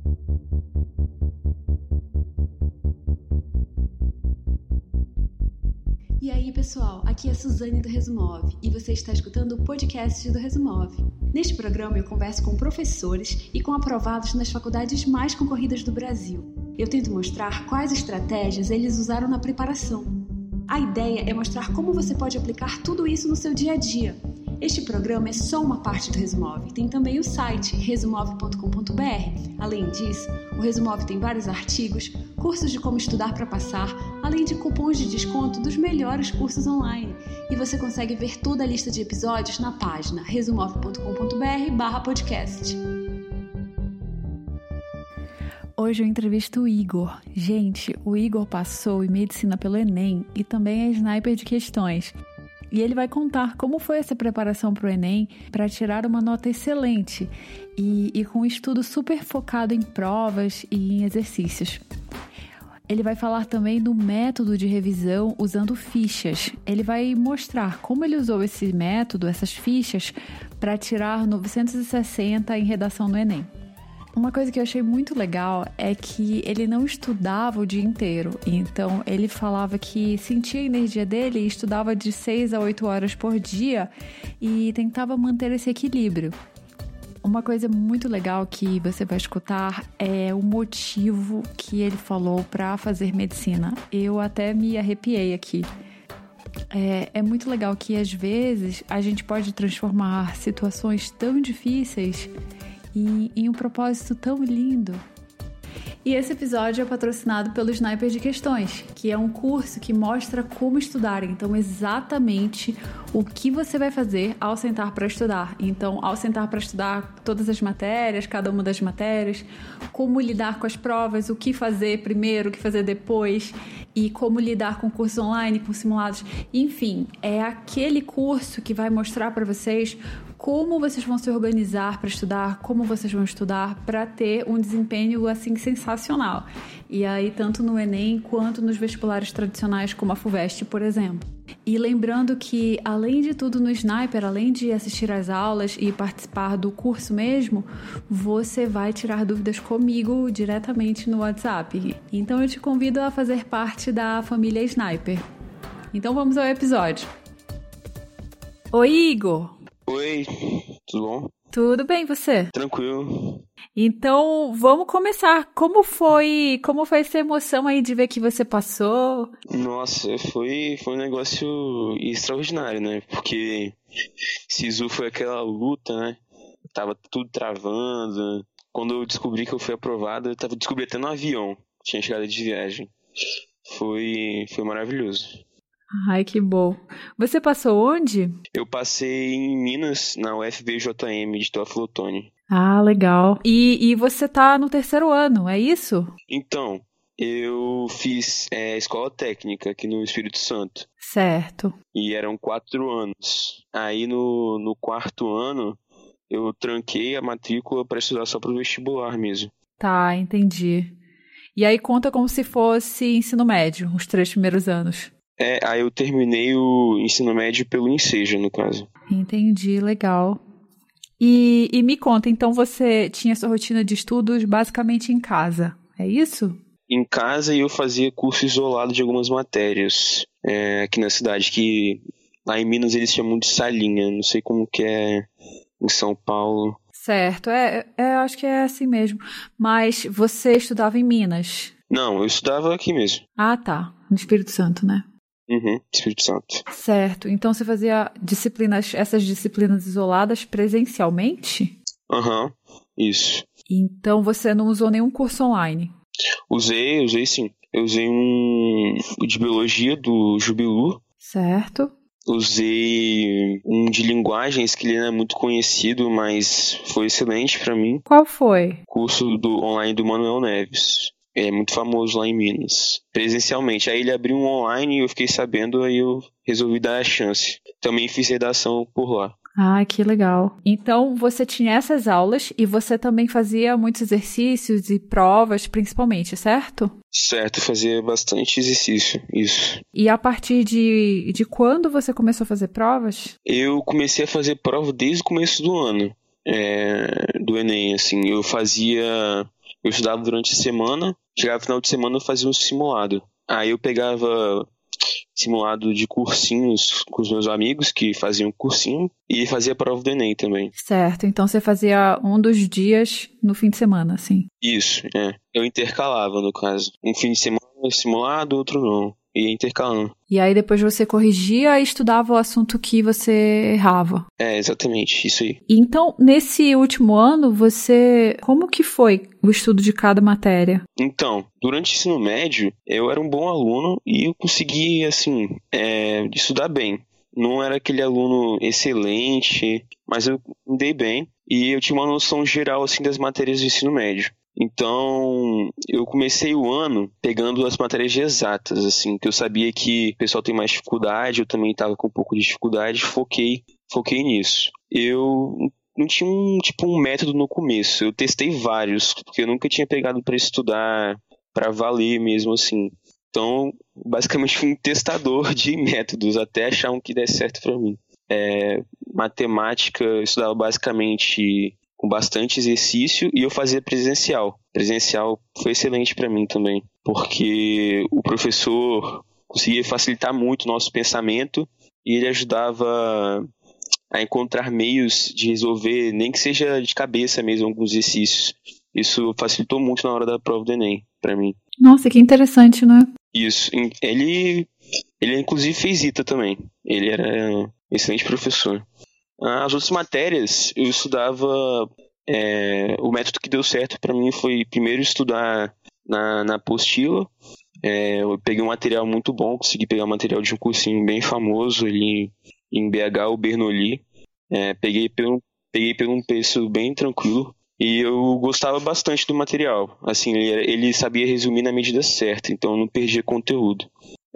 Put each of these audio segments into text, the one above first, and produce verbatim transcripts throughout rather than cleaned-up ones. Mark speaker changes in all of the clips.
Speaker 1: E aí, pessoal, aqui é a Suzane do Resumove e você está escutando o podcast do Resumove. Neste programa eu converso com professores e com aprovados nas faculdades mais concorridas do Brasil. Eu tento mostrar quais estratégias eles usaram na preparação. A ideia é mostrar como você pode aplicar tudo isso no seu dia a dia. Este programa é só uma parte do Resumove. Tem também o site resumove ponto com ponto b r. Além disso, o Resumove tem vários artigos, cursos de como estudar para passar, além de cupons de desconto dos melhores cursos online. E você consegue ver toda a lista de episódios na página resumove ponto com ponto b r barra podcast. Hoje eu entrevisto o Igor. Gente, o Igor passou em medicina pelo Enem e também é sniper de questões. E ele vai contar como foi essa preparação para o Enem para tirar uma nota excelente e, e com um estudo super focado em provas e em exercícios. Ele vai falar também do método de revisão usando fichas. Ele vai mostrar como ele usou esse método, essas fichas, para tirar novecentos e sessenta em redação no Enem. Uma coisa que eu achei muito legal é que ele não estudava o dia inteiro. Então, ele falava que sentia a energia dele e estudava de seis a oito horas por dia e tentava manter esse equilíbrio. Uma coisa muito legal que você vai escutar é o motivo que ele falou para fazer medicina. Eu até me arrepiei aqui. É, é muito legal que, às vezes, a gente pode transformar situações tão difíceis E, em um propósito tão lindo. E esse episódio é patrocinado pelo Sniper de Questões, que é um curso que mostra como estudar, então exatamente o que você vai fazer ao sentar para estudar. Então, ao sentar para estudar todas as matérias, cada uma das matérias, como lidar com as provas, o que fazer primeiro, o que fazer depois, e como lidar com cursos online, com simulados. Enfim, é aquele curso que vai mostrar para vocês como vocês vão se organizar para estudar, como vocês vão estudar para ter um desempenho assim sensacional. E aí, tanto no Enem quanto nos vestibulares tradicionais, como a FUVEST, por exemplo. E lembrando que, além de tudo no Sniper, além de assistir às aulas e participar do curso mesmo, você vai tirar dúvidas comigo diretamente no WhatsApp. Então eu te convido a fazer parte da família Sniper. Então vamos ao episódio. Oi, Igor!
Speaker 2: Oi, tudo bom?
Speaker 1: Tudo bem, você?
Speaker 2: Tranquilo.
Speaker 1: Então, vamos começar. Como foi, como foi essa emoção aí de ver que você passou?
Speaker 2: Nossa, foi, foi um negócio extraordinário, né? Porque SISU foi aquela luta, né? Tava tudo travando. Quando eu descobri que eu fui aprovado, eu tava descobri até no avião. Tinha chegado de viagem. Foi, foi maravilhoso.
Speaker 1: Ai, que bom. Você passou onde?
Speaker 2: Eu passei em Minas, na U F B J M de Teófilo Otoni.
Speaker 1: Ah, legal. E, e você tá no terceiro ano, é isso?
Speaker 2: Então, eu fiz é, escola técnica aqui no Espírito Santo.
Speaker 1: Certo.
Speaker 2: E eram quatro anos. Aí no, no quarto ano, eu tranquei a matrícula para estudar só pro vestibular mesmo.
Speaker 1: Tá, entendi. E aí conta como se fosse ensino médio, os três primeiros anos.
Speaker 2: É, aí eu terminei o ensino médio pelo Enseja, no caso.
Speaker 1: Entendi, legal. E, e me conta, então você tinha sua rotina de estudos basicamente em casa, é isso?
Speaker 2: Em casa eu fazia curso isolado de algumas matérias é, aqui na cidade, que lá em Minas eles chamam de salinha, não sei como que é em São Paulo.
Speaker 1: Certo, é, é, acho que é assim mesmo. Mas você estudava em Minas?
Speaker 2: Não, eu estudava aqui mesmo.
Speaker 1: Ah, tá, no Espírito Santo, né?
Speaker 2: Uhum, Espírito Santo.
Speaker 1: Certo, então você fazia disciplinas, essas disciplinas isoladas presencialmente?
Speaker 2: Aham, uhum, isso.
Speaker 1: Então você não usou nenhum curso online?
Speaker 2: Usei, usei sim. Eu usei um de biologia do Jubilu.
Speaker 1: Certo.
Speaker 2: Usei um de linguagens que ele não é muito conhecido, mas foi excelente pra mim.
Speaker 1: Qual foi?
Speaker 2: Curso do, online do Manuel Neves. É muito famoso lá em Minas, presencialmente. Aí ele abriu um online e eu fiquei sabendo, aí eu resolvi dar a chance. Também fiz redação por lá.
Speaker 1: Ah, que legal. Então você tinha essas aulas e você também fazia muitos exercícios e provas, principalmente, certo?
Speaker 2: Certo, fazia bastante exercício, isso.
Speaker 1: E a partir de, de quando você começou a fazer provas?
Speaker 2: Eu comecei a fazer prova desde o começo do ano, é, do Enem, assim. Eu fazia... Eu estudava durante a semana, chegava no final de semana eu fazia um simulado. Aí eu pegava simulado de cursinhos com os meus amigos que faziam cursinho e fazia a prova do Enem também.
Speaker 1: Certo, então você fazia um dos dias no fim de semana, assim.
Speaker 2: Isso, é. Eu intercalava, no caso. Um fim de semana simulado, outro não. Ia intercalando.
Speaker 1: E aí depois você corrigia e estudava o assunto que você errava.
Speaker 2: É, exatamente, isso aí.
Speaker 1: Então, nesse último ano, você... Como que foi o estudo de cada matéria?
Speaker 2: Então, durante o ensino médio, eu era um bom aluno e eu consegui, assim, é, estudar bem. Não era aquele aluno excelente, mas eu me dei bem. E eu tinha uma noção geral, assim, das matérias do ensino médio. Então, eu comecei o ano pegando as matérias de exatas, assim, que eu sabia que o pessoal tem mais dificuldade, eu também estava com um pouco de dificuldade, foquei, foquei nisso. Eu não tinha um, tipo, um método no começo, eu testei vários, porque eu nunca tinha pegado para estudar, para valer mesmo, assim. Então, basicamente fui um testador de métodos, até achar um que desse certo para mim. É, matemática, eu estudava basicamente com bastante exercício e eu fazia presencial. Presencial foi excelente para mim também, porque o professor conseguia facilitar muito o nosso pensamento e ele ajudava a encontrar meios de resolver, nem que seja de cabeça mesmo, alguns exercícios. Isso facilitou muito na hora da prova do Enem, para mim.
Speaker 1: Nossa, que interessante, né?
Speaker 2: Isso. Ele, ele inclusive fez I T A também. Ele era um excelente professor. As outras matérias, eu estudava... É, o método que deu certo para mim foi primeiro estudar na, na apostila. É, eu peguei um material muito bom, consegui pegar um material de um cursinho bem famoso ali em B H, o Bernoulli. É, peguei, pelo, peguei por um preço bem tranquilo e eu gostava bastante do material. Assim, ele, ele sabia resumir na medida certa, então eu não perdia conteúdo.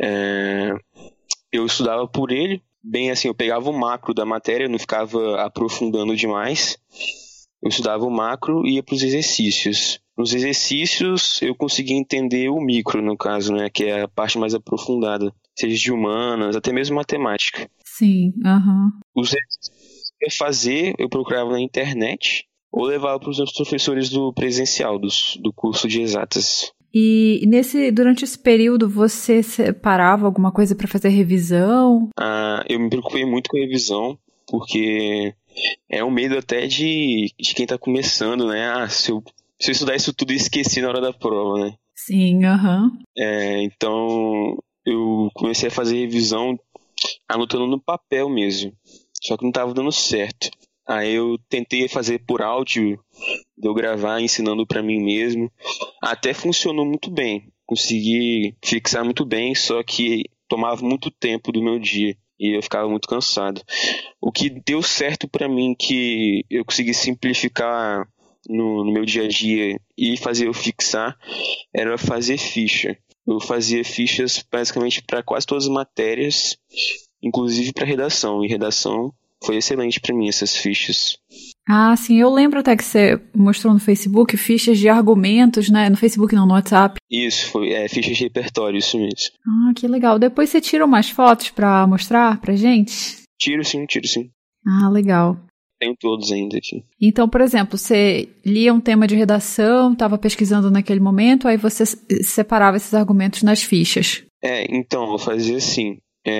Speaker 2: É, eu estudava por ele. Bem assim, eu pegava o macro da matéria, não ficava aprofundando demais. Eu estudava o macro e ia para os exercícios. Nos exercícios, eu conseguia entender o micro, no caso, né, que é a parte mais aprofundada, seja de humanas, até mesmo matemática.
Speaker 1: Sim, aham.
Speaker 2: Uhum. Os exercícios que eu ia fazer, eu procurava na internet ou levava para os meus professores do presencial, dos, do curso de exatas.
Speaker 1: E nesse, durante esse período, você separava alguma coisa para fazer revisão?
Speaker 2: Ah, eu me preocupei muito com a revisão, porque é um medo até de, de quem está começando, né? Ah, se eu, se eu estudar isso tudo e esqueci na hora da prova, né?
Speaker 1: Sim, aham. Uhum.
Speaker 2: É, então, eu comecei a fazer revisão anotando no papel mesmo, só que não estava dando certo. Aí eu tentei fazer por áudio, de eu gravar ensinando para mim mesmo. Até funcionou muito bem. Consegui fixar muito bem, só que tomava muito tempo do meu dia e eu ficava muito cansado. O que deu certo para mim, que eu consegui simplificar no, no meu dia a dia e fazer eu fixar, era fazer ficha. Eu fazia fichas basicamente para quase todas as matérias, inclusive para redação. E redação foi excelente para mim, essas fichas.
Speaker 1: Ah, sim, eu lembro até que você mostrou no Facebook fichas de argumentos, né? No Facebook não, no WhatsApp.
Speaker 2: Isso, foi é, fichas de repertório, isso mesmo.
Speaker 1: Ah, que legal. Depois você tira umas fotos pra mostrar pra gente?
Speaker 2: Tiro sim, tiro sim.
Speaker 1: Ah, legal.
Speaker 2: Tenho todos ainda aqui.
Speaker 1: Então, por exemplo, você lia um tema de redação, estava pesquisando naquele momento, aí você separava esses argumentos nas fichas.
Speaker 2: É, então, eu fazia assim.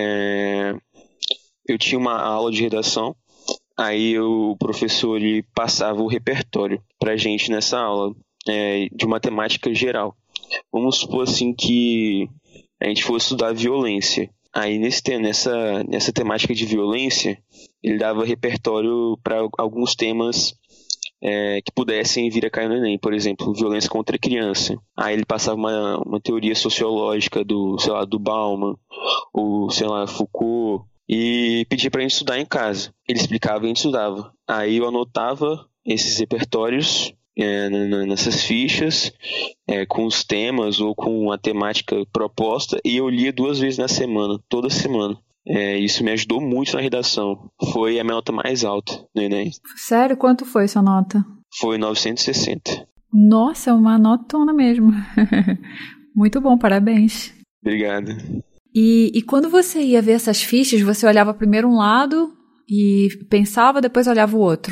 Speaker 2: É... Eu tinha uma aula de redação, aí o professor ele passava o repertório pra gente nessa aula, é, de matemática geral. Vamos supor assim que a gente fosse estudar violência. Aí nesse, nessa, nessa temática de violência, ele dava repertório para alguns temas é, que pudessem vir a cair no Enem. Por exemplo, violência contra a criança. Aí ele passava uma, uma teoria sociológica do, sei lá, do Bauman, ou sei lá, Foucault, e pedia pra gente estudar em casa. Ele explicava e a gente estudava. Aí eu anotava esses repertórios é, nessas fichas, é, com os temas ou com a temática proposta, e eu lia duas vezes na semana, toda semana. É, isso me ajudou muito na redação. Foi a minha nota mais alta no Enem.
Speaker 1: Sério? Quanto foi sua nota?
Speaker 2: Foi novecentos e sessenta.
Speaker 1: Nossa, uma notona mesmo. Muito bom, parabéns.
Speaker 2: Obrigado.
Speaker 1: E, e quando você ia ver essas fichas, você olhava primeiro um lado e pensava, depois olhava o outro?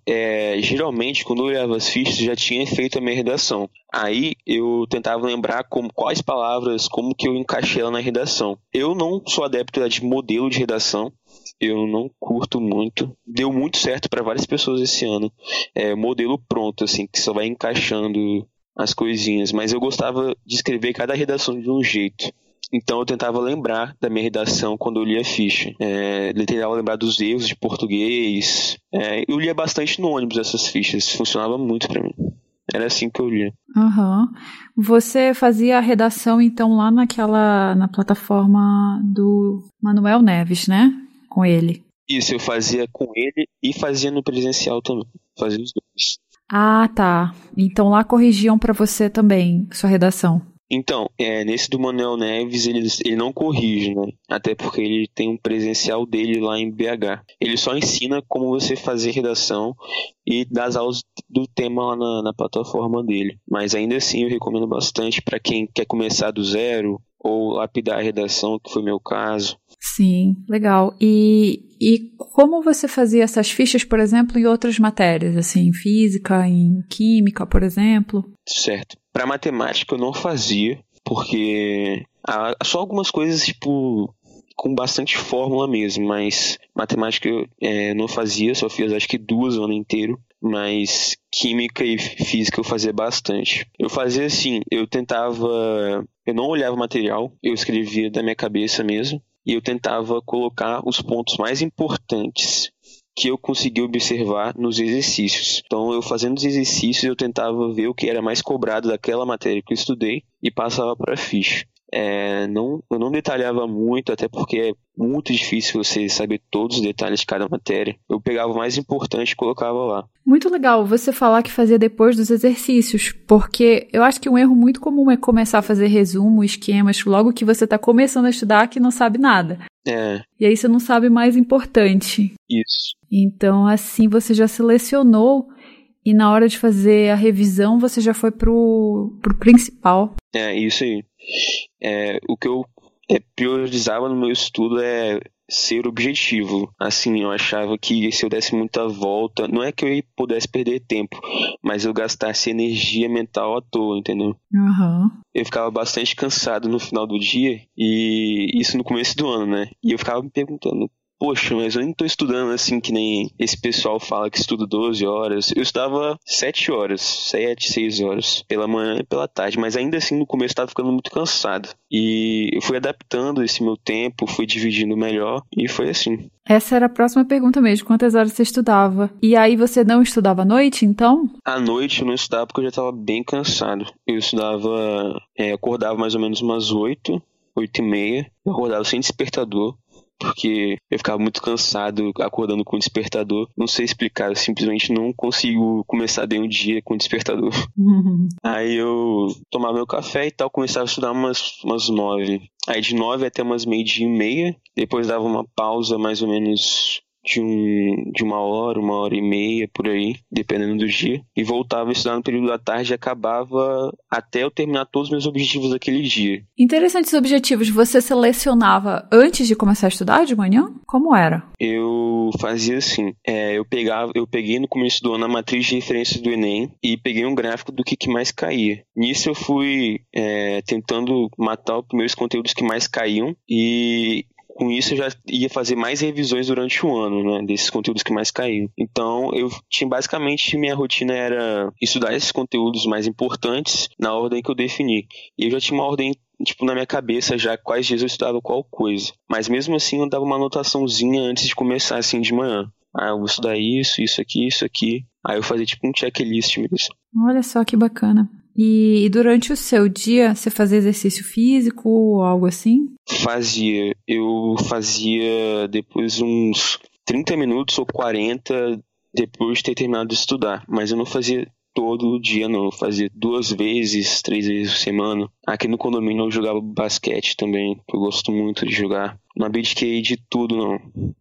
Speaker 2: é, geralmente, quando eu olhava as fichas, já tinha feito a minha redação. Aí eu tentava lembrar como, quais palavras, como que eu encaixei ela na redação. Eu não sou adepto de modelo de redação, eu não curto muito. Deu muito certo para várias pessoas esse ano. É, modelo pronto, assim, que só vai encaixando as coisinhas. Mas eu gostava de escrever cada redação de um jeito. Então eu tentava lembrar da minha redação quando eu lia a ficha. É, eu tentava lembrar dos erros de português. É, eu lia bastante no ônibus essas fichas. Funcionava muito pra mim. Era assim que eu lia.
Speaker 1: Aham. Você fazia a redação, então, lá naquela, na plataforma do Manuel Neves, né? Com ele.
Speaker 2: Isso, eu fazia com ele e fazia no presencial também. Fazia os dois.
Speaker 1: Ah, tá. Então lá corrigiam pra você também sua redação.
Speaker 2: Então, é, nesse do Manuel Neves, ele, ele não corrige, né? Até porque ele tem um presencial dele lá em B H. Ele só ensina como você fazer redação e dá as aulas do tema lá na, na plataforma dele. Mas ainda assim eu recomendo bastante para quem quer começar do zero ou lapidar a redação, que foi meu caso.
Speaker 1: Sim, legal. E, e como você fazia essas fichas, por exemplo, em outras matérias, assim, em física, em química, por exemplo?
Speaker 2: Certo. Para matemática eu não fazia, porque há só algumas coisas, tipo, com bastante fórmula mesmo, mas matemática eu é, não fazia, só fiz acho que duas o ano inteiro, mas química e física eu fazia bastante. Eu fazia assim, eu tentava, eu não olhava o material, eu escrevia da minha cabeça mesmo, e eu tentava colocar os pontos mais importantes que eu consegui observar nos exercícios. Então, eu fazendo os exercícios, eu tentava ver o que era mais cobrado daquela matéria que eu estudei e passava para a ficha. É, não, eu não detalhava muito, até porque é muito difícil você saber todos os detalhes de cada matéria. Eu pegava o mais importante e colocava lá.
Speaker 1: Muito legal você falar que fazia depois dos exercícios, porque eu acho que um erro muito comum é começar a fazer resumo, esquemas, logo que você está começando a estudar que não sabe nada.
Speaker 2: É.
Speaker 1: E aí você não sabe o mais importante.
Speaker 2: Isso.
Speaker 1: Então, assim, você já selecionou e na hora de fazer a revisão você já foi pro, pro principal.
Speaker 2: É, isso aí. É, o que eu é, priorizava no meu estudo é ser objetivo. Assim, eu achava que se eu desse muita volta, não é que eu pudesse perder tempo, mas eu gastasse energia mental à toa, entendeu?
Speaker 1: Uhum.
Speaker 2: Eu ficava bastante cansado no final do dia, e isso no começo do ano, né? E eu ficava me perguntando, poxa, mas eu nem tô estudando assim que nem esse pessoal fala que estuda doze horas. Eu estudava sete horas, sete, seis horas, pela manhã e pela tarde, mas ainda assim no começo eu tava ficando muito cansado. E eu fui adaptando esse meu tempo, fui dividindo melhor, e foi assim.
Speaker 1: Essa era a próxima pergunta mesmo, quantas horas você estudava? E aí você não estudava à noite, então?
Speaker 2: À noite eu não estudava porque eu já estava bem cansado. Eu estudava, é, acordava mais ou menos umas oito, oito e meia, eu acordava sem despertador, porque eu ficava muito cansado acordando com o despertador. Não sei explicar, eu simplesmente não consigo começar bem o dia com o despertador.
Speaker 1: Uhum.
Speaker 2: Aí eu tomava meu café e tal, começava a estudar umas, umas nove. Aí de nove até umas meio-dia e meia, depois dava uma pausa mais ou menos de, um, de uma hora, uma hora e meia, por aí, dependendo do dia, e voltava a estudar no período da tarde e acabava até eu terminar todos os meus objetivos daquele dia.
Speaker 1: Interessantes objetivos. Você selecionava antes de começar a estudar de manhã? Como era?
Speaker 2: Eu fazia assim, é, eu, pegava, eu peguei no começo do ano a matriz de referência do Enem e peguei um gráfico do que, que mais caía. Nisso eu fui é, tentando matar os meus conteúdos que mais caíam, e com isso eu já ia fazer mais revisões durante o ano, né, desses conteúdos que mais caíam. Então eu tinha basicamente, minha rotina era estudar esses conteúdos mais importantes na ordem que eu defini. E eu já tinha uma ordem tipo na minha cabeça já quais dias eu estudava qual coisa. Mas mesmo assim eu dava uma anotaçãozinha antes de começar assim de manhã. Ah, eu vou estudar isso, isso aqui, isso aqui. Aí eu fazia tipo um checklist mesmo.
Speaker 1: Olha só que bacana. E durante o seu dia, você fazia exercício físico ou algo assim?
Speaker 2: Fazia. Eu fazia depois uns trinta minutos ou quarenta depois de ter terminado de estudar. Mas eu não fazia todo dia, não. Eu fazia duas vezes, três vezes por semana. Aqui no condomínio eu jogava basquete também, que eu gosto muito de jogar. Não abdiquei de tudo, não.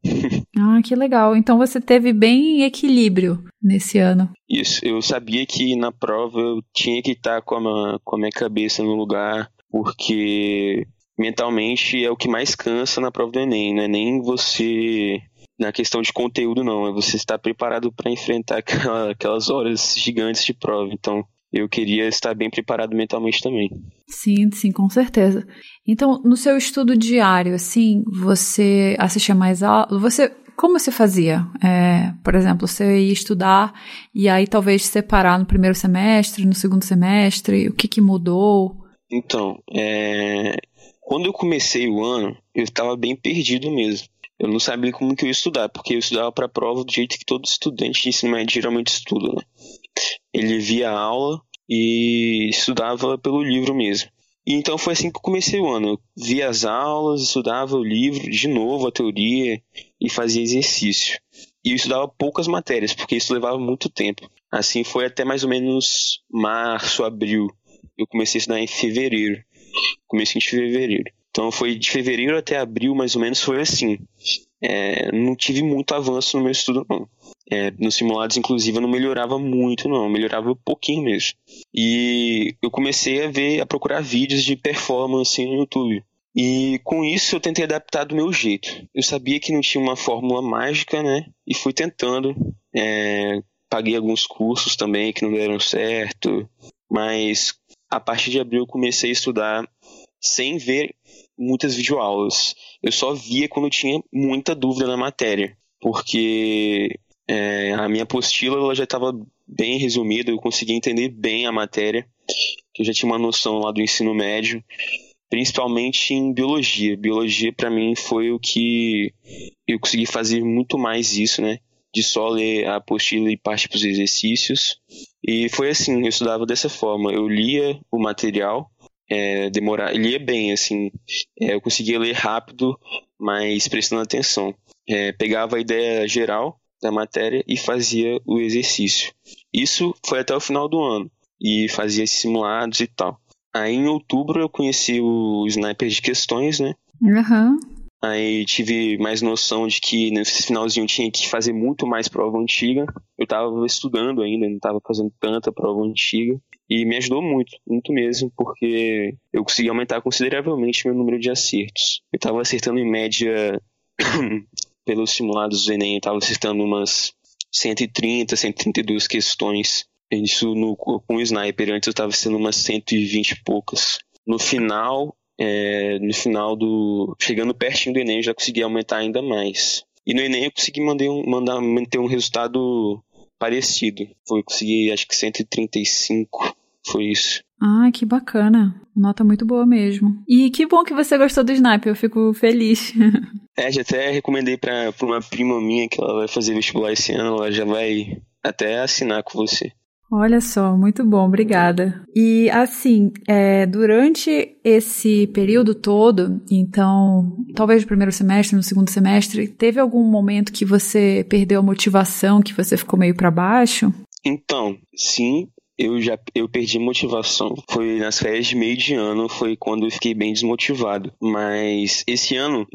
Speaker 1: Ah, que legal. Então você teve bem equilíbrio nesse ano.
Speaker 2: Isso. Eu sabia que na prova eu tinha que estar com a, com a minha cabeça no lugar, porque mentalmente é o que mais cansa na prova do Enem, né? Nem você na questão de conteúdo, não. É você estar preparado para enfrentar aquela, aquelas horas gigantes de prova. Então, eu queria estar bem preparado mentalmente também.
Speaker 1: Sim, sim, com certeza. Então, no seu estudo diário, assim, você assistia mais aula? Você, como você fazia? É, por exemplo, você ia estudar e aí talvez separar no primeiro semestre, no segundo semestre, o que que mudou?
Speaker 2: Então, é, quando eu comecei o ano, eu estava bem perdido mesmo. Eu não sabia como que eu ia estudar, porque eu estudava para a prova do jeito que todo estudante de ensino médio geralmente estuda, né? Ele via a aula e estudava pelo livro mesmo. E então foi assim que eu comecei o ano. Eu via as aulas, estudava o livro, de novo a teoria e fazia exercício. E eu estudava poucas matérias, porque isso levava muito tempo. Assim foi até mais ou menos março, abril. Eu comecei a estudar em fevereiro. Comecei em fevereiro. Então foi de fevereiro até abril, mais ou menos, foi assim. É, não tive muito avanço no meu estudo, não. É, nos simulados, inclusive, eu não melhorava muito, não. Eu melhorava um pouquinho mesmo. E eu comecei a ver, a procurar vídeos de performance no YouTube. E com isso eu tentei adaptar do meu jeito. Eu sabia que não tinha uma fórmula mágica, né? E fui tentando. É, paguei alguns cursos também que não deram certo. Mas a partir de abril eu comecei a estudar sem ver muitas videoaulas. Eu só via quando tinha muita dúvida na matéria, porque é, a minha apostila ela já estava bem resumida, eu conseguia entender bem a matéria, que eu já tinha uma noção lá do ensino médio, principalmente em biologia. Biologia, para mim, foi o que eu consegui fazer muito mais isso, né? De só ler a apostila e partir para os exercícios. E foi assim, eu estudava dessa forma. Eu lia o material, É, demorar, lia bem, assim, é, eu conseguia ler rápido, mas prestando atenção. É, pegava a ideia geral da matéria e fazia o exercício. Isso foi até o final do ano, e fazia simulados e tal. Aí em outubro eu conheci o Sniper de Questões, né?
Speaker 1: Uhum.
Speaker 2: Aí tive mais noção de que nesse finalzinho tinha que fazer muito mais prova antiga. Eu estava estudando ainda, não estava fazendo tanta prova antiga. E me ajudou muito, muito mesmo, porque eu consegui aumentar consideravelmente meu número de acertos. Eu estava acertando em média, pelos simulados do Enem, eu estava acertando umas cento e trinta, cento e trinta e duas questões. Isso no, com o Sniper, antes eu estava acertando umas cento e vinte e poucas. No final, é, no final do... chegando pertinho do Enem, eu já consegui aumentar ainda mais. E no Enem eu consegui mandar um, mandar, manter um resultado parecido. Foi, eu consegui, acho que cento e trinta e cinco, foi isso.
Speaker 1: Ah, que bacana. Nota muito boa mesmo. E que bom que você gostou do Sniper, eu fico feliz.
Speaker 2: É, já até recomendei pra, pra uma prima minha que ela vai fazer vestibular esse ano, ela já vai até assinar com você.
Speaker 1: Olha só, muito bom, obrigada. E assim, é, durante esse período todo, então, talvez no primeiro semestre, no segundo semestre, teve algum momento que você perdeu a motivação, que você ficou meio para baixo?
Speaker 2: Então, sim, eu já eu perdi motivação. Foi nas férias de meio de ano, foi quando eu fiquei bem desmotivado. Mas esse ano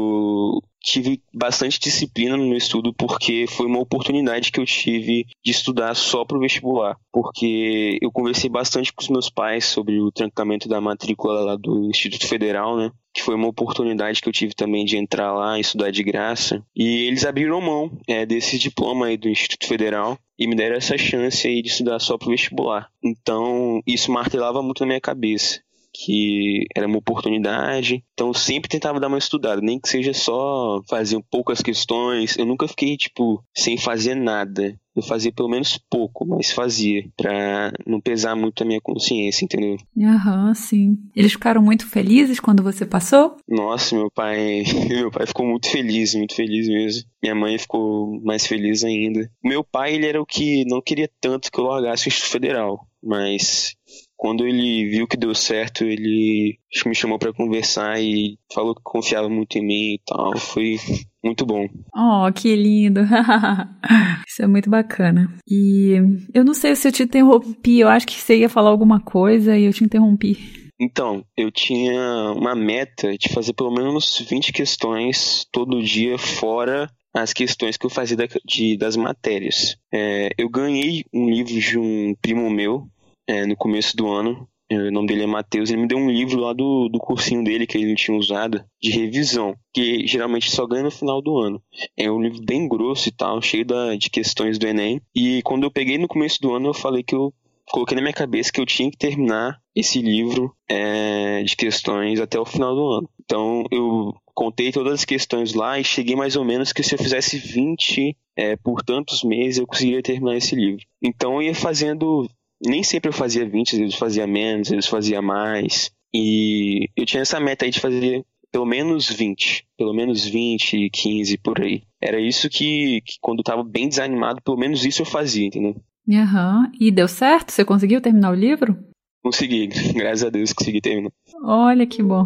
Speaker 2: eu tive bastante disciplina no meu estudo, porque foi uma oportunidade que eu tive de estudar só para o vestibular. Porque eu conversei bastante com os meus pais sobre o trancamento da matrícula lá do Instituto Federal, né? Que foi uma oportunidade que eu tive também de entrar lá e estudar de graça. E eles abriram mão é, desse diploma aí do Instituto Federal e me deram essa chance aí de estudar só para o vestibular. Então, isso martelava muito na minha cabeça, que era uma oportunidade, então eu sempre tentava dar uma estudada, nem que seja só fazer poucas questões. Eu nunca fiquei, tipo, sem fazer nada. Eu fazia pelo menos pouco, mas fazia, pra não pesar muito a minha consciência, entendeu?
Speaker 1: Aham, sim. Eles ficaram muito felizes quando você passou?
Speaker 2: Nossa, meu pai, meu pai ficou muito feliz, muito feliz mesmo. Minha mãe ficou mais feliz ainda. Meu pai, ele era o que não queria tanto que eu largasse o Instituto Federal, mas quando ele viu que deu certo, ele me chamou pra conversar e falou que confiava muito em mim e tal. Foi muito bom.
Speaker 1: Oh, que lindo. Isso é muito bacana. E eu não sei se eu te interrompi, eu acho que você ia falar alguma coisa e eu te interrompi.
Speaker 2: Então, eu tinha uma meta de fazer pelo menos vinte questões todo dia, fora as questões que eu fazia da, de, das matérias. É, eu ganhei um livro de um primo meu, É, no começo do ano, o nome dele é Matheus, ele me deu um livro lá do, do cursinho dele, que ele não tinha usado, de revisão, que geralmente só ganha no final do ano. É um livro bem grosso e tal, cheio da, de questões do Enem. E quando eu peguei no começo do ano, eu falei que eu coloquei na minha cabeça que eu tinha que terminar esse livro é, de questões até o final do ano. Então eu contei todas as questões lá e cheguei mais ou menos que se eu fizesse vinte é, por tantos meses, eu conseguiria terminar esse livro. Então eu ia fazendo, nem sempre eu fazia vinte, às vezes eu fazia menos, às vezes eu fazia mais. E eu tinha essa meta aí de fazer pelo menos vinte, pelo menos vinte, quinze, por aí. Era isso que, que quando eu tava bem desanimado, pelo menos isso eu fazia, entendeu?
Speaker 1: Aham. Uhum. E deu certo? Você conseguiu terminar o livro?
Speaker 2: Consegui, graças a Deus consegui terminar.
Speaker 1: Olha que bom.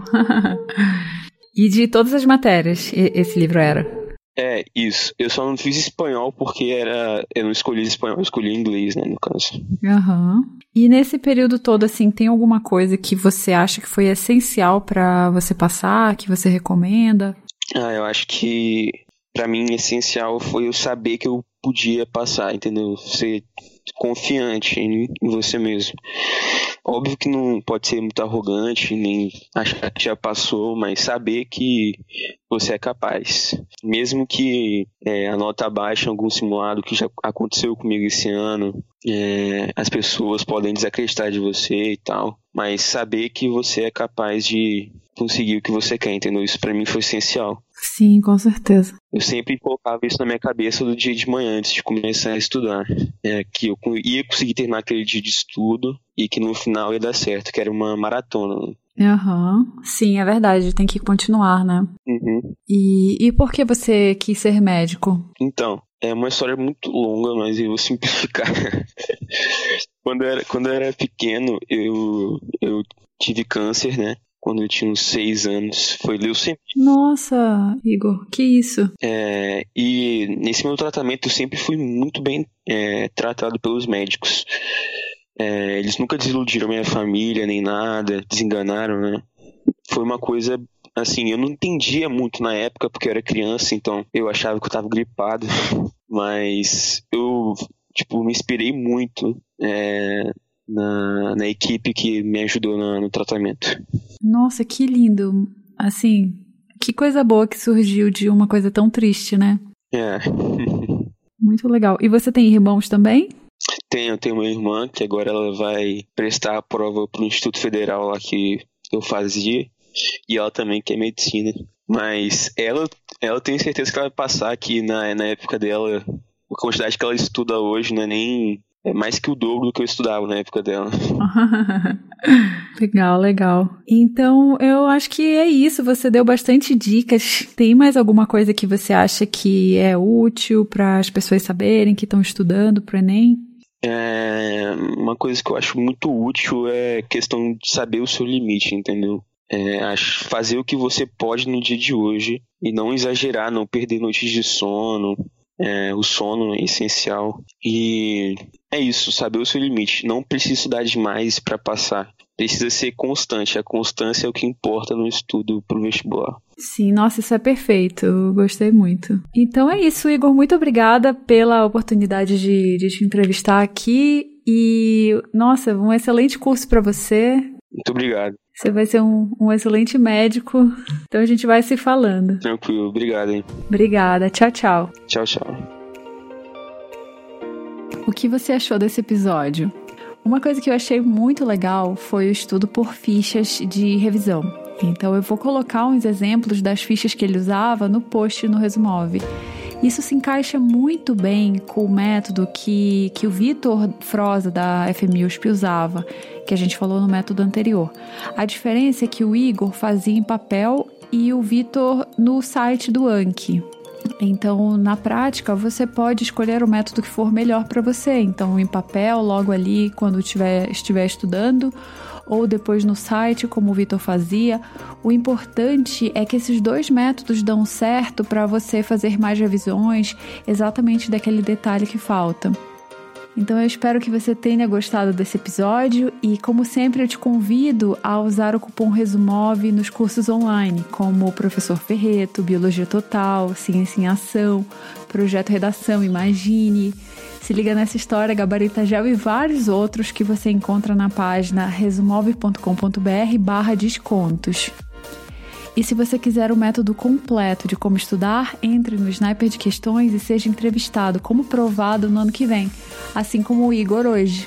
Speaker 1: E de todas as matérias, esse livro era?
Speaker 2: É, isso. Eu só não fiz espanhol porque era... eu não escolhi espanhol, eu escolhi inglês, né, no caso.
Speaker 1: Aham. Uhum. E nesse período todo, assim, tem alguma coisa que você acha que foi essencial pra você passar, que você recomenda?
Speaker 2: Ah, eu acho que pra mim essencial foi eu saber que eu podia passar, entendeu? Ser confiante em, em você mesmo. Óbvio que não pode ser muito arrogante, nem achar que já passou, mas saber que você é capaz. Mesmo que é, a nota baixe em algum simulado, que já aconteceu comigo esse ano, é, as pessoas podem desacreditar de você e tal, mas saber que você é capaz de conseguir o que você quer, entendeu? Isso pra mim foi essencial.
Speaker 1: Sim, com certeza.
Speaker 2: Eu sempre colocava isso na minha cabeça do dia de manhã, antes de começar a estudar. É, que eu ia conseguir terminar aquele dia de estudo e que no final ia dar certo, que era uma maratona.
Speaker 1: Aham, uhum. Sim, é verdade, tem que continuar, né?
Speaker 2: Uhum.
Speaker 1: E, e por que você quis ser médico?
Speaker 2: Então, é uma história muito longa, mas eu vou simplificar. quando, eu era, quando eu era pequeno, eu, eu tive câncer, né? Quando eu tinha uns seis anos, foi leucemia.
Speaker 1: Nossa, Igor, que isso?
Speaker 2: É, e nesse meu tratamento eu sempre fui muito bem é, tratado pelos médicos. É, eles nunca desiludiram minha família, nem nada, desenganaram, né? Foi uma coisa, assim, eu não entendia muito na época, porque eu era criança, então eu achava que eu tava gripado. Mas eu, tipo, me inspirei muito é, na, na equipe que me ajudou no, no tratamento.
Speaker 1: Nossa, que lindo. Assim, que coisa boa que surgiu de uma coisa tão triste, né?
Speaker 2: É.
Speaker 1: Muito legal. E você tem irmãos também?
Speaker 2: Tenho, tenho uma irmã que agora ela vai prestar a prova pro Instituto Federal lá que eu fazia. E ela também quer medicina. Mas ela, ela eu tenho certeza que ela vai passar, que na, na época dela, a quantidade que ela estuda hoje não é nem... é mais que o dobro do que eu estudava na época dela.
Speaker 1: Legal, legal. Então, eu acho que é isso. Você deu bastante dicas. Tem mais alguma coisa que você acha que é útil para as pessoas saberem que estão estudando para o Enem?
Speaker 2: É, uma coisa que eu acho muito útil é questão de saber o seu limite, entendeu? É, fazer o que você pode no dia de hoje e não exagerar, não perder noites de sono. É, o sono é essencial. E é isso, saber o seu limite. Não precisa estudar demais para passar. Precisa ser constante. A constância é o que importa no estudo pro vestibular.
Speaker 1: Sim, nossa, isso é perfeito. Eu gostei muito. Então é isso, Igor. Muito obrigada pela oportunidade de, de te entrevistar aqui. E, nossa, um excelente curso para você.
Speaker 2: Muito obrigado.
Speaker 1: Você vai ser um, um excelente médico. Então a gente vai se falando.
Speaker 2: Tranquilo, obrigado, hein?
Speaker 1: Obrigada. Tchau, tchau.
Speaker 2: Tchau, tchau.
Speaker 1: O que você achou desse episódio? Uma coisa que eu achei muito legal foi o estudo por fichas de revisão. Então eu vou colocar uns exemplos das fichas que ele usava no post no Resumove. Isso se encaixa muito bem com o método que, que o Vitor Froza, da F M U S P, usava, que a gente falou no método anterior. A diferença é que o Igor fazia em papel e o Vitor no site do Anki. Então, na prática, você pode escolher o método que for melhor para você. Então, em papel, logo ali, quando tiver, estiver estudando, ou depois no site, como o Vitor fazia. O importante é que esses dois métodos dão certo para você fazer mais revisões exatamente daquele detalhe que falta. Então eu espero que você tenha gostado desse episódio e, como sempre, eu te convido a usar o cupom RESUMOV nos cursos online, como o Professor Ferreto, Biologia Total, Ciência em Ação, Projeto Redação, Imagine, Se Liga Nessa História, Gabarita Gel e vários outros que você encontra na página resumove ponto com ponto br barra descontos. E se você quiser o método completo de como estudar, entre no Sniper de Questões e seja entrevistado como provado no ano que vem, assim como o Igor hoje.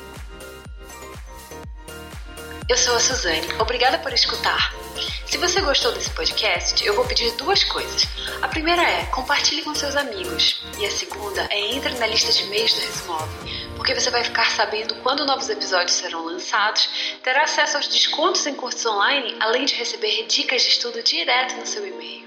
Speaker 3: Eu sou a Suzane, obrigada por escutar. Se você gostou desse podcast, eu vou pedir duas coisas. A primeira é, compartilhe com seus amigos. E a segunda é, entre na lista de e-mails do Resumove, porque você vai ficar sabendo quando novos episódios serão lançados, terá acesso aos descontos em cursos online, além de receber dicas de estudo direto no seu e-mail.